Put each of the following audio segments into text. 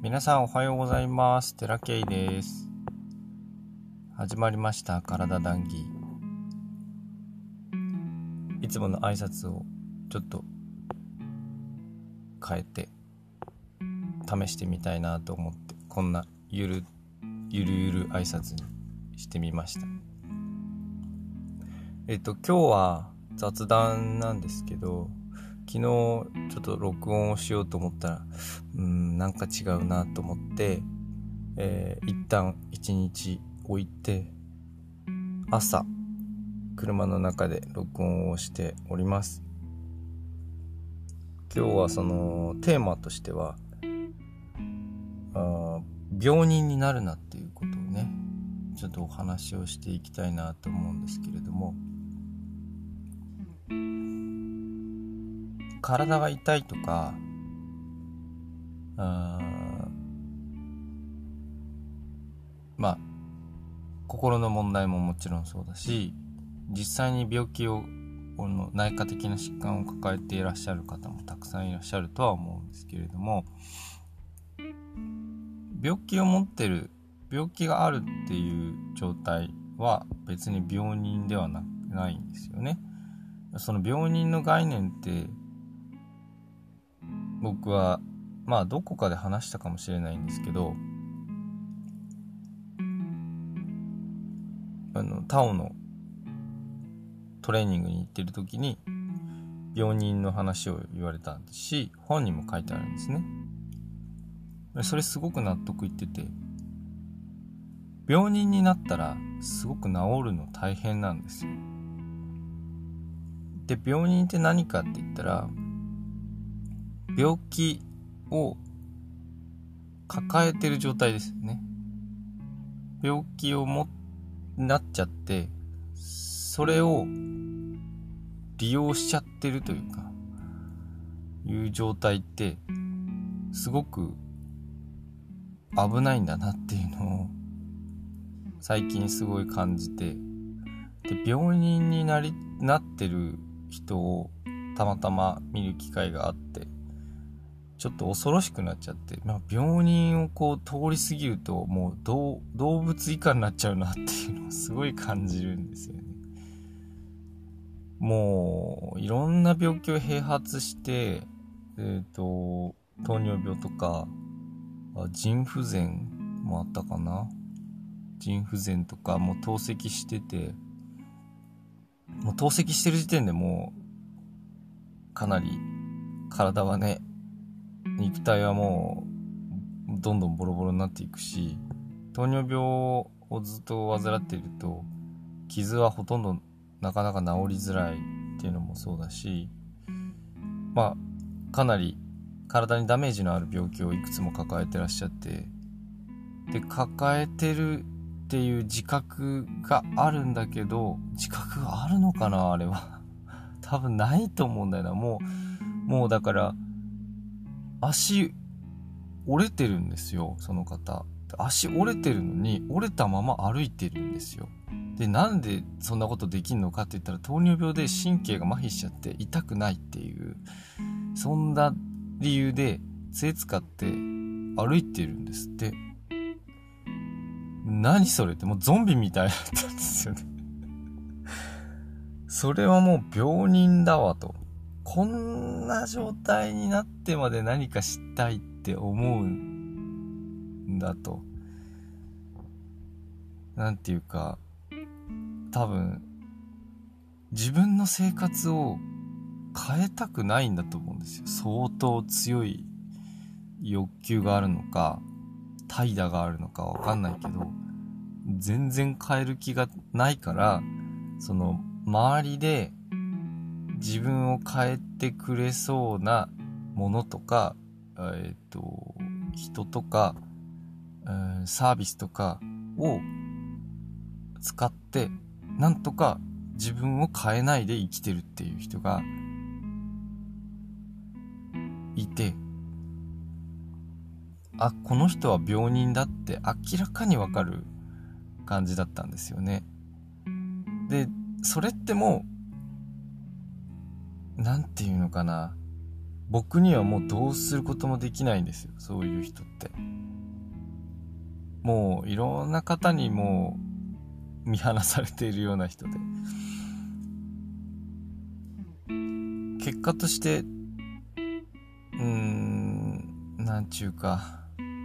皆さんおはようございます。寺圭です。始まりました体談義。いつもの挨拶をちょっと変えて試してみたいなと思って、こんなゆる挨拶にしてみました。今日は雑談なんですけど、昨日ちょっと録音をしようと思ったらなんか違うなと思って、一旦一日置いて朝車の中で録音をしております。今日はそのテーマとしては病人になるなっていうことをね、ちょっとお話をしていきたいなと思うんですけれども、体が痛いとか心の問題ももちろんそうだし、実際に病気を内科的な疾患を抱えていらっしゃる方もたくさんいらっしゃるとは思うんですけれども、病気があるっていう状態は別に病人ではないんですよね。その病人の概念って僕はどこかで話したかもしれないんですけど、タオのトレーニングに行ってる時に病人の話を言われたし、本にも書いてあるんですね。それすごく納得いってて、病人になったらすごく治るの大変なんですよ。で、病人って何かって言ったら、病気を抱えてる状態ですよね。病気をなっちゃって、それを利用しちゃってるという状態ってすごく危ないんだなっていうのを最近すごい感じて、で、病人になってる人をたまたま見る機会があって、ちょっと恐ろしくなっちゃって、病人を通り過ぎるともう動物以下になっちゃうなっていうのをすごい感じるんですよね。もういろんな病気を併発して、糖尿病とか腎不全もあったかな。腎不全とかもう透析してて、もう透析してる時点でもうかなり体はね、肉体はもうどんどんボロボロになっていくし、糖尿病をずっと患っていると傷はほとんどなかなか治りづらいっていうのもそうだし、かなり体にダメージのある病気をいくつも抱えてらっしゃって、で、抱えてるっていう自覚があるんだけど、自覚があるのかな、あれは多分ないと思うんだよな。もうだから足折れてるんですよ、その方。足折れてるのに折れたまま歩いてるんですよ。で、なんでそんなことできんのかって言ったら、糖尿病で神経が麻痺しちゃって痛くないっていう、そんな理由で杖使って歩いてるんですって。何それって、もうゾンビみたいだったんですよねそれはもう病人だわと。こんな状態になってまで何かしたいって思うんだと。なんていうか、多分自分の生活を変えたくないんだと思うんですよ。相当強い欲求があるのか怠惰があるのかわかんないけど、全然変える気がないから、その周りで自分を変えてくれそうなものとか、人とか、サービスとかを使ってなんとか自分を変えないで生きてるっていう人がいて、この人は病人だって明らかにわかる感じだったんですよね。で、それってもうなんていうのかな、 僕にはもうどうすることもできないんですよ、そういう人って。もういろんな方にもう見放されているような人で、結果としてなんちゅうか、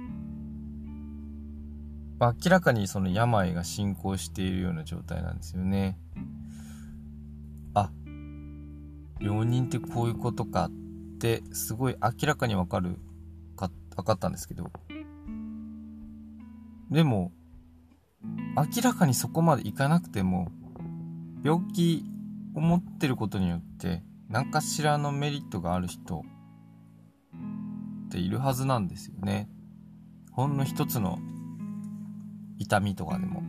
明らかにその病が進行しているような状態なんですよね。あ、病人ってこういうことかってすごい明らかに分かったんですけど、でも明らかにそこまでいかなくても、病気を持ってることによって何かしらのメリットがある人っているはずなんですよね。ほんの一つの痛みとかでも。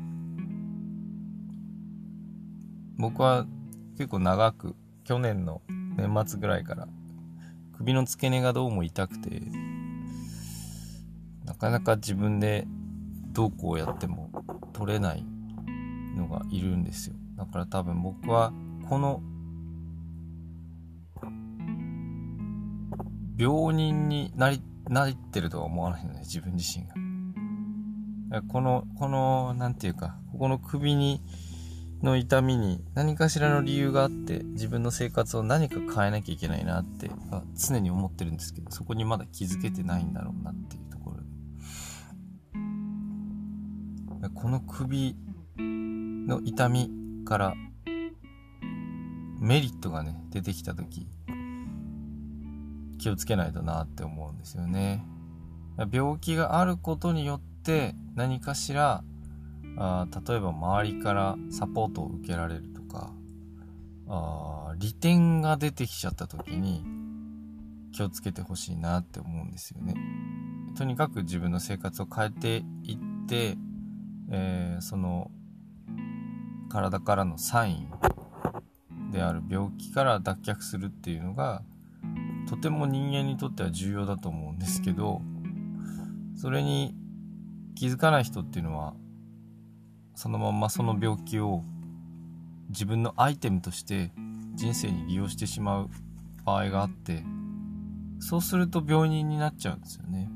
僕は結構長く、去年の年末ぐらいから首の付け根がどうも痛くて、なかなか自分でどうこうやっても取れないのがいるんですよ。だから多分僕はこの病人になってるとは思わないので、自分自身が。このなんていうか、ここの首の痛みに何かしらの理由があって、自分の生活を何か変えなきゃいけないなって常に思ってるんですけど、そこにまだ気づけてないんだろうなっていうところで、この首の痛みからメリットがね出てきた時、気をつけないとなって思うんですよね。病気があることによって何かしら例えば周りからサポートを受けられるとか、利点が出てきちゃった時に気をつけてほしいなって思うんですよね。とにかく自分の生活を変えていって、その体からのサインである病気から脱却するっていうのがとても人間にとっては重要だと思うんですけど、それに気づかない人っていうのはそのままその病気を自分のアイテムとして人生に利用してしまう場合があって、そうすると病人になっちゃうんですよね。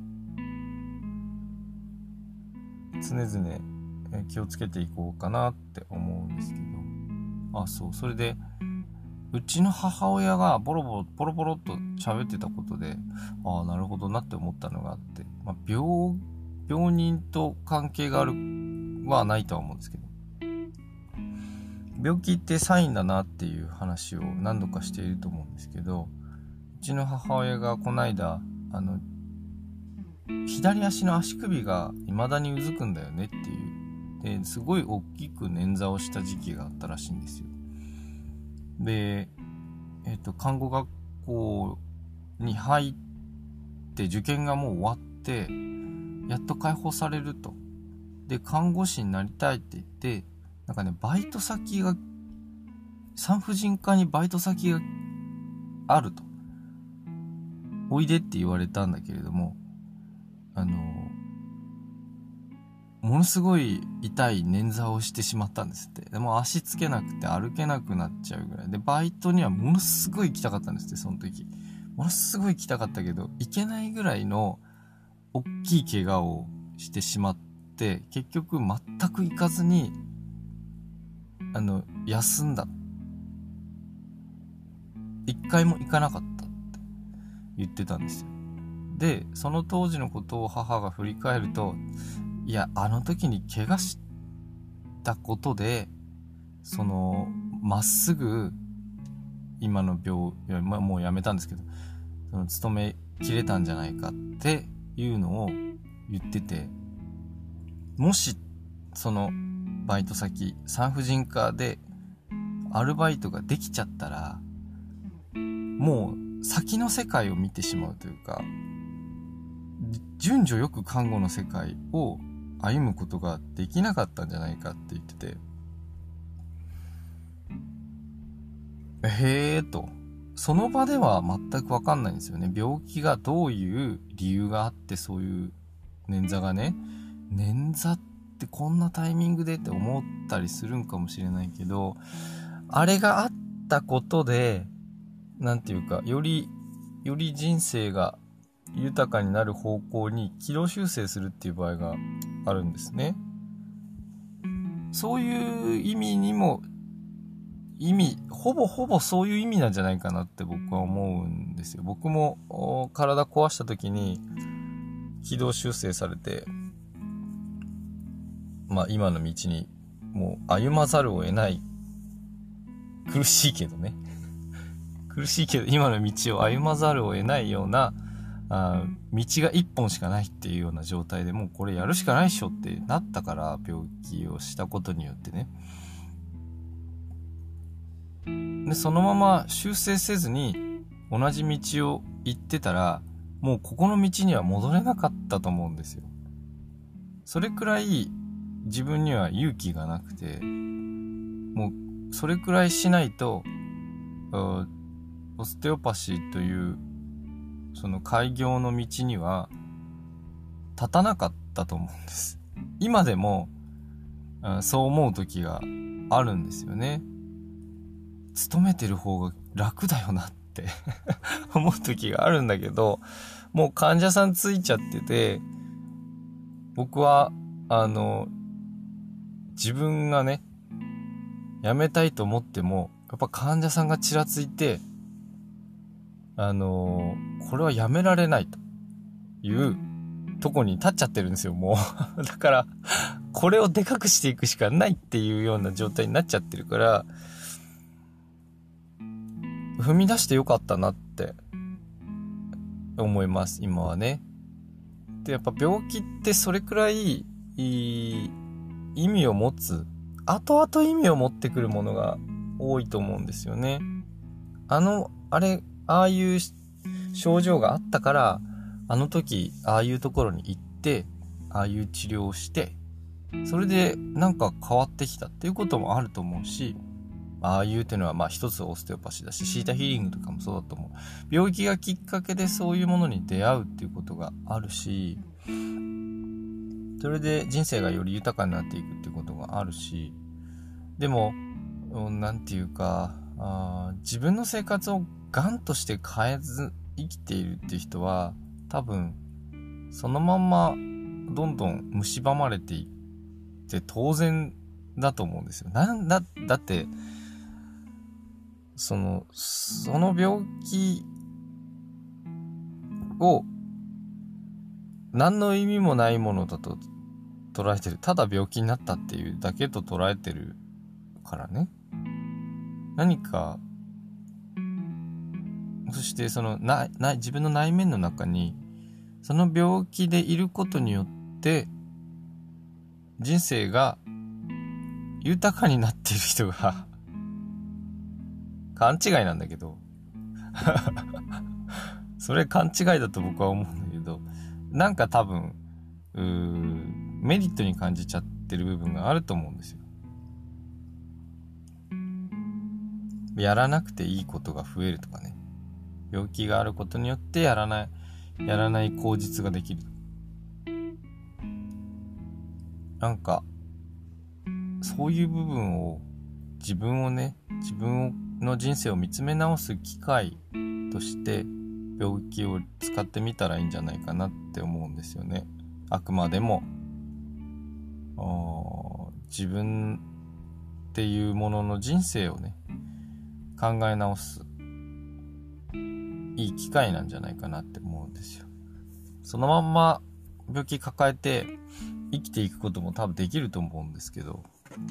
常々気をつけていこうかなって思うんですけど、それでうちの母親がポロポロっと喋ってたことで、なるほどなって思ったのがあって、病人と関係があるはないとは思うんですけど、病気ってサインだなっていう話を何度かしていると思うんですけど、うちの母親がこの間左足の足首が未だにうずくんだよねっていうですごい大きく捻挫をした時期があったらしいんですよ。で、看護学校に入って受験がもう終わってやっと解放されると。で、看護師になりたいって言って、なんかね、バイト先が産婦人科にバイト先があると、おいでって言われたんだけれども、ものすごい痛い捻挫をしてしまったんですって。でも足つけなくて歩けなくなっちゃうぐらいで、バイトにはものすごい行きたかったんですって。その時ものすごい行きたかったけど行けないぐらいの大きい怪我をしてしまって、結局全く行かずに休んだ。一回も行かなかったって言ってたんですよ。で、その当時のことを母が振り返ると、いや、あの時に怪我したことでまっすぐ今のもうやめたんですけど、勤めきれたんじゃないかっていうのを言ってて、もしそのバイト先産婦人科でアルバイトができちゃったら、もう先の世界を見てしまうというか、順序よく看護の世界を歩むことができなかったんじゃないかって言ってて、へーと、その場では全く分かんないんですよね。病気がどういう理由があってそういう捻挫がね、捻挫ってこんなタイミングでって思ったりするんかもしれないけど、あれがあったことでなんていうか、よりより人生が豊かになる方向に軌道修正するっていう場合があるんですね。そういう意味にもほぼそういう意味なんじゃないかなって僕は思うんですよ。僕も体壊した時に軌道修正されて、今の道にもう歩まざるを得ない、苦しいけど今の道を歩まざるを得ないような道が一本しかないっていうような状態で、もうこれやるしかないっしょってなったから、病気をしたことによってね。でそのまま修正せずに同じ道を行ってたら、もうここの道には戻れなかったと思うんですよ。それくらい自分には勇気がなくて、もうそれくらいしないとオステオパシーというその開業の道には立たなかったと思うんです。今でもそう思う時があるんですよね。勤めてる方が楽だよなって思う時があるんだけど、もう患者さんついちゃってて、僕は自分がね辞めたいと思ってもやっぱ患者さんがちらついて、これはやめられないというとこに立っちゃってるんですよ、もうだからこれをでかくしていくしかないっていうような状態になっちゃってるから、踏み出してよかったなって思います、今はね。でやっぱ病気ってそれくらい意味を持つ、後々意味を持ってくるものが多いと思うんですよね。ああいう症状があったから、あの時ああいうところに行ってああいう治療をして、それでなんか変わってきたっていうこともあると思うし、ああいうっていうのは一つオステオパシーだし、シータヒーリングとかもそうだと思う。病気がきっかけでそういうものに出会うっていうことがあるし、それで人生がより豊かになっていくっていうことがあるし、でもなんていうか、自分の生活をガンとして変えず生きているっていう人は多分そのまんまどんどん蝕まれていって当然だと思うんですよ。だってその病気を何の意味もないものだと捉えてる、ただ病気になったっていうだけと捉えてるからね。何か、そして自分の内面の中にその病気でいることによって人生が豊かになっている人が勘違いなんだけどそれ勘違いだと僕は思うんだけど、なんか多分メリットに感じちゃってる部分があると思うんですよ。やらなくていいことが増えるとかね、病気があることによってやらない口実ができる。なんかそういう部分を自分の人生を見つめ直す機会として病気を使ってみたらいいんじゃないかなって思うんですよね。あくまでも自分っていうものの人生をね考え直すいい機会なんじゃないかなって思うんですよ。そのまんま病気抱えて生きていくことも多分できると思うんですけど、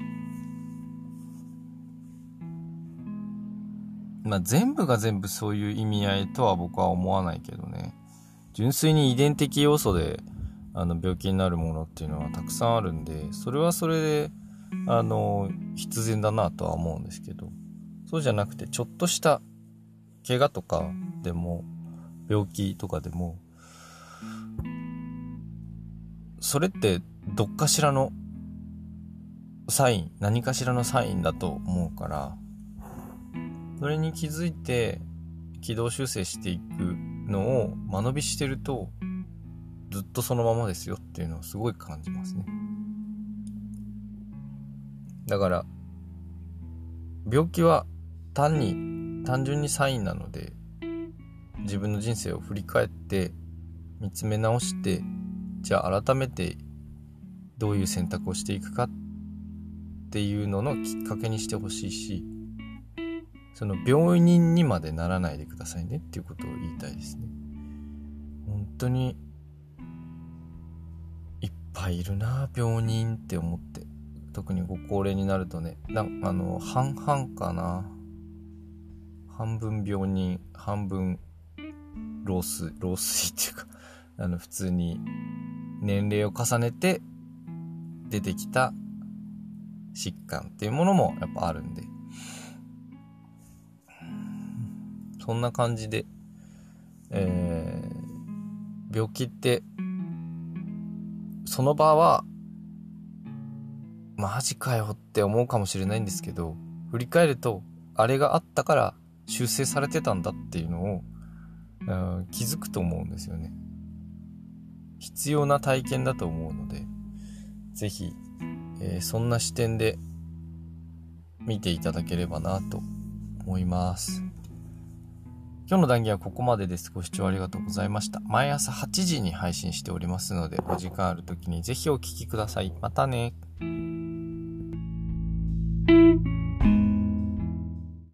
全部が全部そういう意味合いとは僕は思わないけどね。純粋に遺伝的要素で病気になるものっていうのはたくさんあるんで、それはそれで必然だなとは思うんですけど、そうじゃなくてちょっとした怪我とかでも病気とかでもそれってどっかしらの何かしらのサインだと思うから、それに気づいて軌道修正していくのを間延びしてるとずっとそのままですよっていうのをすごい感じますね。だから病気は単純にサインなので、 自分の人生を振り返って見つめ直して、じゃあ改めてどういう選択をしていくかっていうののきっかけにしてほしいし、その病人にまでならないでくださいねっていうことを言いたいですね。本当にいっぱいいるな病人って思って、特にご高齢になるとね、半々かな、半分病人半分老衰っていうか普通に年齢を重ねて出てきた疾患っていうものもやっぱあるんで、そんな感じで、病気ってその場はマジかよって思うかもしれないんですけど、振り返るとあれがあったから修正されてたんだっていうのを気づくと思うんですよね。必要な体験だと思うので、ぜひ、そんな視点で見ていただければなと思います。今日の談義はここまでです。ご視聴ありがとうございました。毎朝8時に配信しておりますので、お時間ある時にぜひお聞きください。またね。